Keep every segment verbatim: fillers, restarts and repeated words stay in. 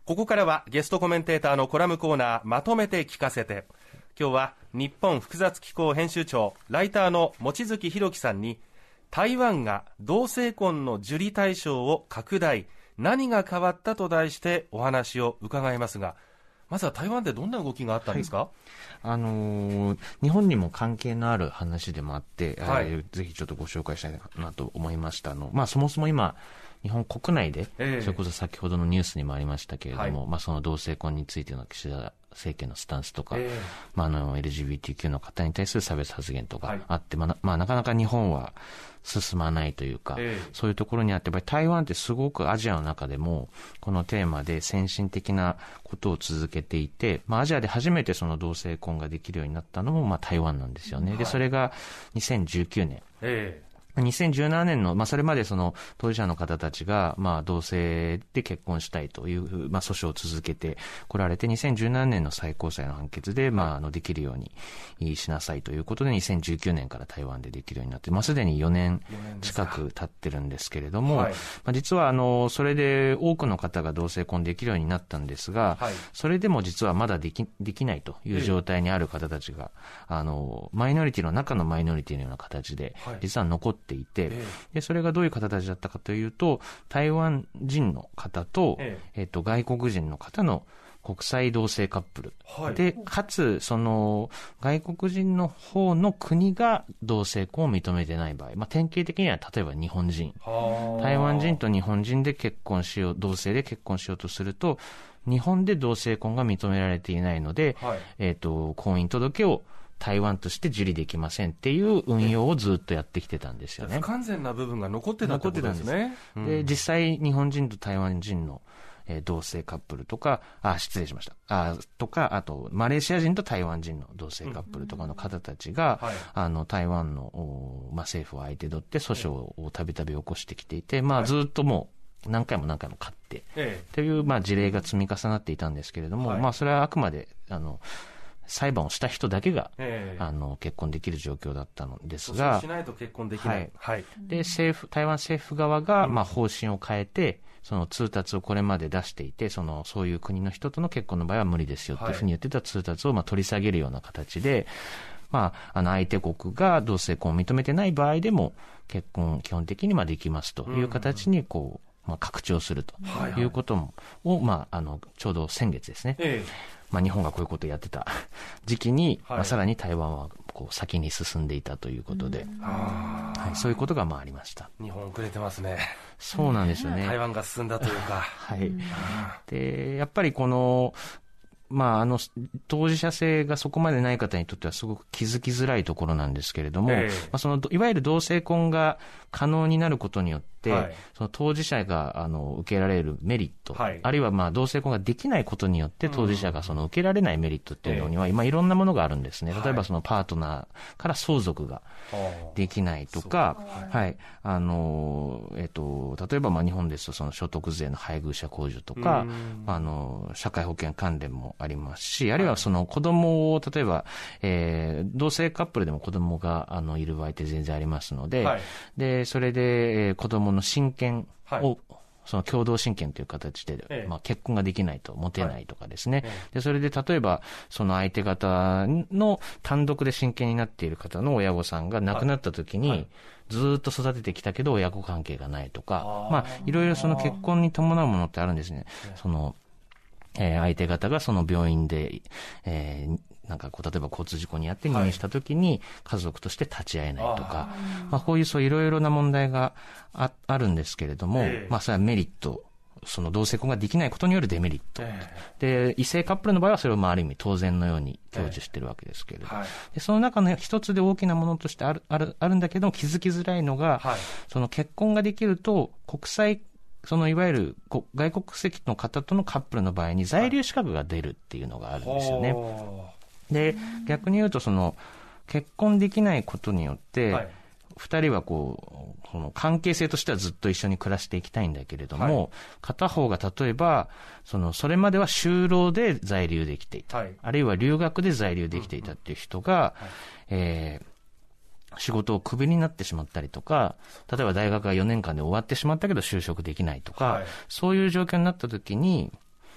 ここからはゲストコメンテーターのコラムコーナー、まとめて聞かせて。今日は日本複雑機構編集長、ライターの望月博樹さんに、台湾が同性婚の受理対象を拡大、何が変わったと題してお話を伺いますが、まずは台湾でどんな動きがあったんですか？はい、 あのー、日本にも関係のある話でもあって、はい、えー、ぜひちょっとご紹介したいなと思いました。の、まあ、そもそも今日本国内で、えー、それこそ先ほどのニュースにもありましたけれども、はい、まあ、その同性婚についての岸田政権のスタンスとか、えーまあ、あの エルジービーティーキュー の方に対する差別発言とかあって、はい、まあまあ、なかなか日本は進まないというか、えー、そういうところにあって、やっぱり台湾ってすごくアジアの中でもこのテーマで先進的なことを続けていて、まあ、アジアで初めてその同性婚ができるようになったのもまあ台湾なんですよね。はい、でそれがにせんじゅうきゅうねん、えーにせんじゅうななねんの、まあ、それまでその当事者の方たちが、まあ、同性で結婚したいという、まあ、訴訟を続けてこられて、にせんじゅうななねんの最高裁の判決で、まあ、あのできるようにしなさいということで、にせんじゅうきゅうねんから台湾でできるようになって、まあ、すでによねん近く経ってるんですけれども、はい、まあ、実はあのそれで多くの方が同性婚できるようになったんですが、はい、それでも実はまだでき、できないという状態にある方たちが、あのマイノリティの中のマイノリティのような形で、実は残っていて、でそれがどういう方たちだったかというと、台湾人の方と、えええっと、外国人の方の国際同性カップル、はい、でかつその外国人の方の国が同性婚を認めてない場合、まあ、典型的には例えば日本人、台湾人と日本人で結婚しよう、同性で結婚しようとすると、日本で同性婚が認められていないので、はい、えっと、婚姻届を台湾として受理できませんっていう運用をずっとやってきてたんですよね。 不完全な部分が残ってたってことですね。 残ってたんです。で、実際日本人と台湾人の、えー、同性カップルとか、あ、失礼しました。あ、とか、あとマレーシア人と台湾人の同性カップルとかの方たちが、うん、はい、あの台湾の、まあ、政府を相手取って訴訟をたびたび起こしてきていて、まあ、ずっともう何回も何回も勝って、ええ、という、まあ、事例が積み重なっていたんですけれども、はい、まあ、それはあくまであの裁判をした人だけが、えー、あの結婚できる状況だったのですが、 そうしないと結婚できない、 はいはい、で政府台湾政府側が、うん、まあ、方針を変えて、その通達をこれまで出していて、そのそういう国の人との結婚の場合は無理ですよというふうに言ってた通達を、まあ、取り下げるような形で、まあ、あの相手国が同性婚を認めてない場合でも結婚基本的にまあできますという形にこう、まあ、拡張するということも、はいはい、を、まあ、あのちょうど先月ですね、えーまあ、日本がこういうことをやってた時期に、はい、まあ、さらに台湾はこう先に進んでいたということで、はい、そういうことがまあありました。 日本遅れてますね。 そうなんですよね。 台湾が進んだというか、 はい、でやっぱりこのまあ、あの当事者性がそこまでない方にとってはすごく気づきづらいところなんですけれども、えーまあ、そのいわゆる同性婚が可能になることによって、はい、その当事者があの受けられるメリット、はい、あるいはまあ同性婚ができないことによって当事者がその受けられないメリットっていうのには、今いろんなものがあるんですね。例えばそのパートナーから相続ができないとか、はい、あのえっと例えばまあ日本ですとその所得税の配偶者控除とか、あの社会保険関連もありますし、あるいはその子供を例えば、えー、同性カップルでも子供があのいる場合って全然ありますので、はい、でそれで、えー、子供の親権を、はい、その共同親権という形で、ええ、まあ、結婚ができないと持てないとかですね、はい、でそれで例えばその相手方の単独で親権になっている方の親御さんが亡くなった時に、はいはい、ずっと育ててきたけど親子関係がないとか、あ、まあ、いろいろその結婚に伴うものってあるんですね。そのえー、相手方がその病院で、えー、なんかこう例えば交通事故にあって入院したときに家族として立ち会えないとか、はい、まあ、こういうそういろいろな問題が あ, あるんですけれども、えー、まあ、それはメリット、その同性婚ができないことによるデメリット、えー、で異性カップルの場合はそれをまあある意味当然のように享受しているわけですけれど、えーはい、でその中の一つで大きなものとしてあ る, あ, るあるんだけど気づきづらいのが、はい、その結婚ができると国際そのいわゆる外国籍の方とのカップルの場合に在留資格が出るっていうのがあるんですよね。はい、で逆に言うとその結婚できないことによって、はい、ふたりはこうその関係性としてはずっと一緒に暮らしていきたいんだけれども、はい、片方が例えばそのそれまでは就労で在留できていた、はい、あるいは留学で在留できていたっていう人が、うんうん、はい、えー仕事をクビになってしまったりとか、例えば大学がよねんかんで終わってしまったけど就職できないとか、はい、そういう状況になった時に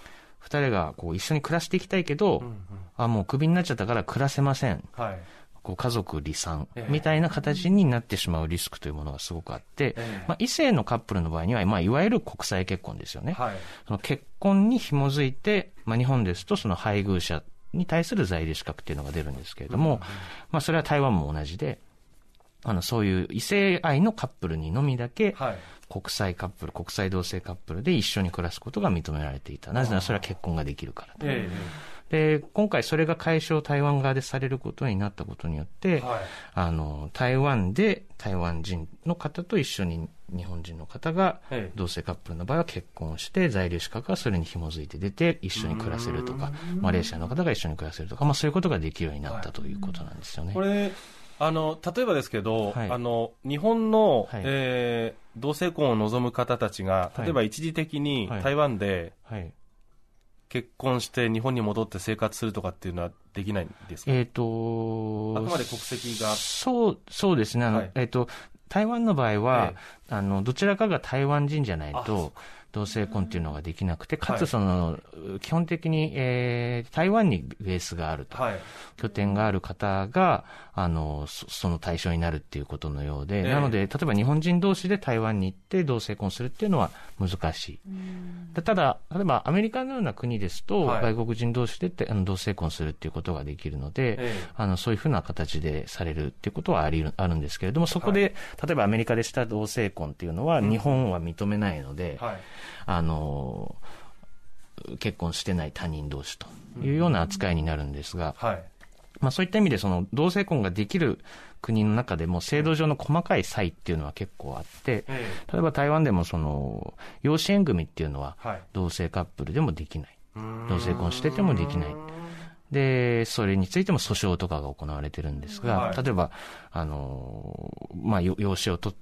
二人がこう一緒に暮らしていきたいけど、うんうん、あもうクビになっちゃったから暮らせません、はい、こう家族離散みたいな形になってしまうリスクというものがすごくあって、えーまあ、異性のカップルの場合には、まあ、いわゆる国際結婚ですよね、はい、その結婚に紐づいて、まあ、日本ですとその配偶者に対する在留資格っていうのが出るんですけれども、うんうんまあ、それは台湾も同じで、あのそういう異性愛のカップルにのみだけ、はい、国際カップル国際同性カップルで一緒に暮らすことが認められていた。なぜならそれは結婚ができるからと、えー、で今回それが解消台湾側でされることになったことによって、はい、あの台湾で台湾人の方と一緒に日本人の方が同性カップルの場合は結婚して在留資格がそれに紐づいて出て一緒に暮らせるとか、マレーシアの方が一緒に暮らせるとか、まあ、そういうことができるようになったということなんですよね。 これあの例えばですけど、はい、あの日本の、はいえー、同性婚を望む方たちが例えば一時的に台湾で結婚して日本に戻って生活するとかっていうのはできないんですか？ えーと、 あくまで国籍がそうそうですね、あの、はいえーと、台湾の場合は、えー、あのどちらかが台湾人じゃないと同性婚っていうのができなくて、かつその、はい、基本的に、えー、台湾にベースがあると、はい、拠点がある方があの そ, その対象になるっていうことのようで、えー、なので例えば日本人同士で台湾に行って同性婚するっていうのは難しい。ただ例えばアメリカのような国ですと、はい、外国人同士であの同性婚するっていうことができるので、えー、あのそういうふうな形でされるっていうことはありあるんですけれども、そこで、はい、例えばアメリカでした同性婚っていうのは日本は認めないので、うんはいあの結婚してない他人同士というような扱いになるんですが、うんはいまあ、そういった意味でその同性婚ができる国の中でも制度上の細かい差異っていうのは結構あって、例えば台湾でもその養子縁組っていうのは同性カップルでもできない、同性婚しててもできないで、それについても訴訟とかが行われてるんですが、はい、例えばあの、まあ、養子を取って、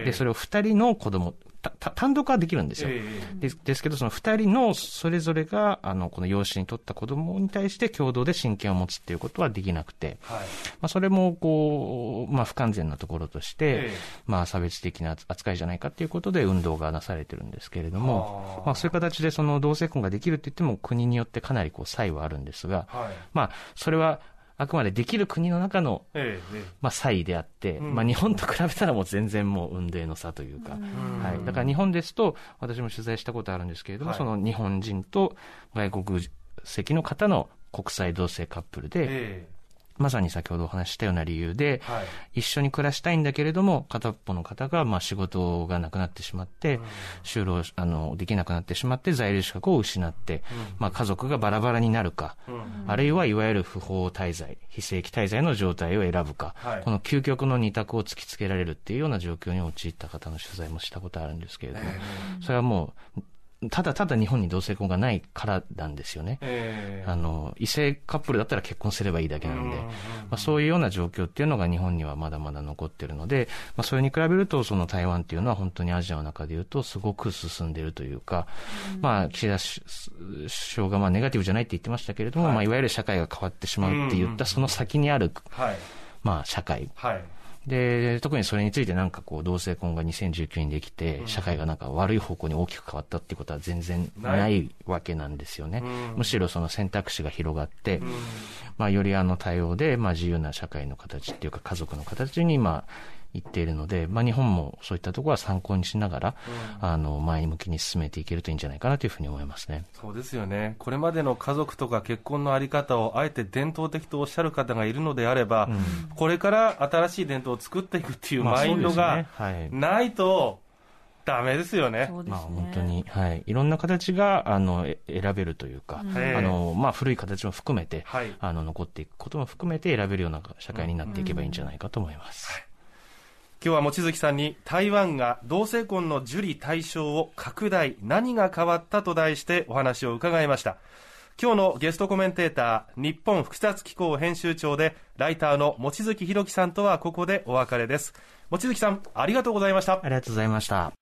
でそれをふたりの子供単独はできるんですよ、えー、で, ですけどそのふたりのそれぞれがあのこの養子に取った子供に対して共同で親権を持つっていうことはできなくて、はいまあ、それもこう、まあ、不完全なところとして、えーまあ、差別的な扱いじゃないかということで運動がなされてるんですけれども、まあ、そういう形でその同性婚ができるって言っても国によってかなりこう差異はあるんですが、はいまあ、それはあくまでできる国の中の、ええまあ、差異であって、うんまあ、日本と比べたらもう全然もう雲泥の差というか、うんはい、だから日本ですと私も取材したことあるんですけれども、はい、その日本人と外国籍の方の国際同性カップルで、ええまさに先ほどお話ししたような理由で、はい、一緒に暮らしたいんだけれども片っぽの方がまあ仕事がなくなってしまって、うん、就労あのできなくなってしまって在留資格を失って、うんまあ、家族がバラバラになるか、うん、あるいはいわゆる不法滞在非正規滞在の状態を選ぶか、はい、この究極の二択を突きつけられるっていうような状況に陥った方の取材もしたことあるんですけれども、それはもうただただ日本に同性婚がないからなんですよね、えー、あの異性カップルだったら結婚すればいいだけなんで、まあ、そういうような状況っていうのが日本にはまだまだ残っているので、まあ、それに比べるとその台湾っていうのは本当にアジアの中でいうとすごく進んでいるというか、うんまあ、岸田首相がまあネガティブじゃないって言ってましたけれども、はいまあ、いわゆる社会が変わってしまうって言ったその先にある、はいまあ、社会、はいで特にそれについてなんかこう同性婚がにせんじゅうきゅうねんにできて社会がなんか悪い方向に大きく変わったっていうことは全然ないわけなんですよね。むしろその選択肢が広がって、まあ、よりあの多様でまあ自由な社会の形っていうか家族の形にまあ言っているので、まあ、日本もそういったところは参考にしながら、うん、あの前向きに進めていけるといいんじゃないかなというふうに思いますね。 そうですよね。これまでの家族とか結婚のあり方をあえて伝統的とおっしゃる方がいるのであれば、うん、これから新しい伝統を作っていくっていうマインドがないとダメですよね。 まあ、本当に、はい、いろんな形があの選べるというか、うん、あのまあ、古い形も含めて、はい、あの残っていくことも含めて選べるような社会になっていけばいいんじゃないかと思います、うんうんはい。 今日は望月さんに台湾が同性婚の受理対象を拡大、何が変わったと題してお話を伺いました。今日のゲストコメンテーター、日本複雑機構編集長でライターの望月博樹さんとはここでお別れです。望月さん、ありがとうございました。 ありがとうございました。